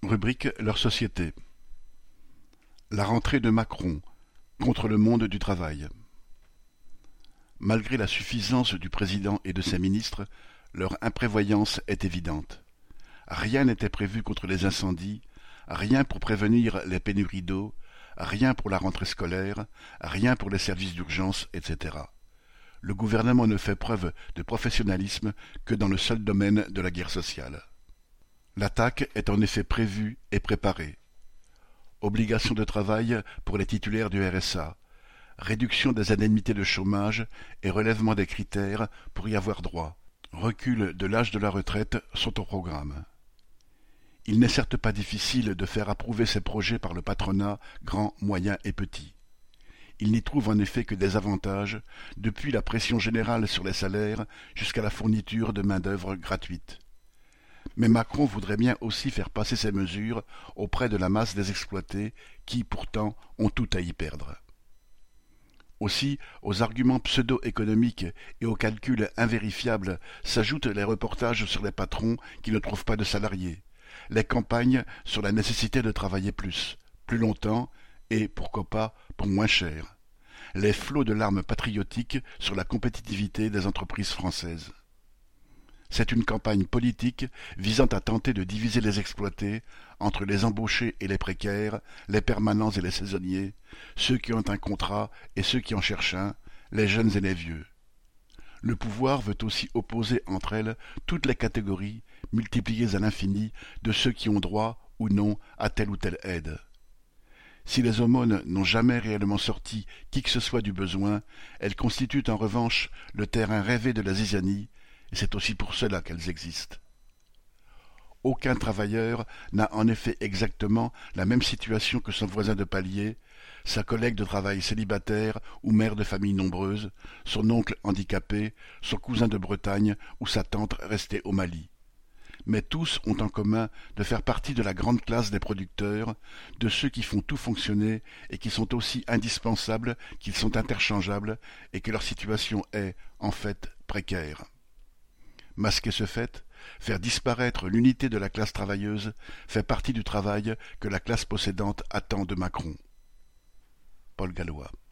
Rubrique leur société. La rentrée de Macron contre le monde du travail. Malgré la suffisance du président et de ses ministres, leur imprévoyance est évidente. Rien n'était prévu contre les incendies, rien pour prévenir les pénuries d'eau, rien pour la rentrée scolaire, rien pour les services d'urgence, etc. Le gouvernement ne fait preuve de professionnalisme que dans le seul domaine de la guerre sociale. L'attaque est en effet prévue et préparée. Obligation de travail pour les titulaires du RSA, réduction des indemnités de chômage et relèvement des critères pour y avoir droit, recul de l'âge de la retraite sont au programme. Il n'est certes pas difficile de faire approuver ces projets par le patronat, grand, moyen et petit. Il n'y trouve en effet que des avantages, depuis la pression générale sur les salaires jusqu'à la fourniture de main-d'œuvre gratuite. Mais Macron voudrait bien aussi faire passer ces mesures auprès de la masse des exploités qui, pourtant, ont tout à y perdre. Aussi, aux arguments pseudo-économiques et aux calculs invérifiables s'ajoutent les reportages sur les patrons qui ne trouvent pas de salariés, les campagnes sur la nécessité de travailler plus longtemps et, pourquoi pas, pour moins cher, les flots de larmes patriotiques sur la compétitivité des entreprises françaises. C'est une campagne politique visant à tenter de diviser les exploités entre les embauchés et les précaires, les permanents et les saisonniers, ceux qui ont un contrat et ceux qui en cherchent un, les jeunes et les vieux. Le pouvoir veut aussi opposer entre elles toutes les catégories, multipliées à l'infini, de ceux qui ont droit ou non à telle ou telle aide. Si les aumônes n'ont jamais réellement sorti qui que ce soit du besoin, elles constituent en revanche le terrain rêvé de la zizanie, et c'est aussi pour cela qu'elles existent. Aucun travailleur n'a en effet exactement la même situation que son voisin de palier, sa collègue de travail célibataire ou mère de famille nombreuse, son oncle handicapé, son cousin de Bretagne ou sa tante restée au Mali. Mais tous ont en commun de faire partie de la grande classe des producteurs, de ceux qui font tout fonctionner et qui sont aussi indispensables qu'ils sont interchangeables et que leur situation est, en fait, précaire. Masquer ce fait, faire disparaître l'unité de la classe travailleuse, fait partie du travail que la classe possédante attend de Macron. Paul Gallois.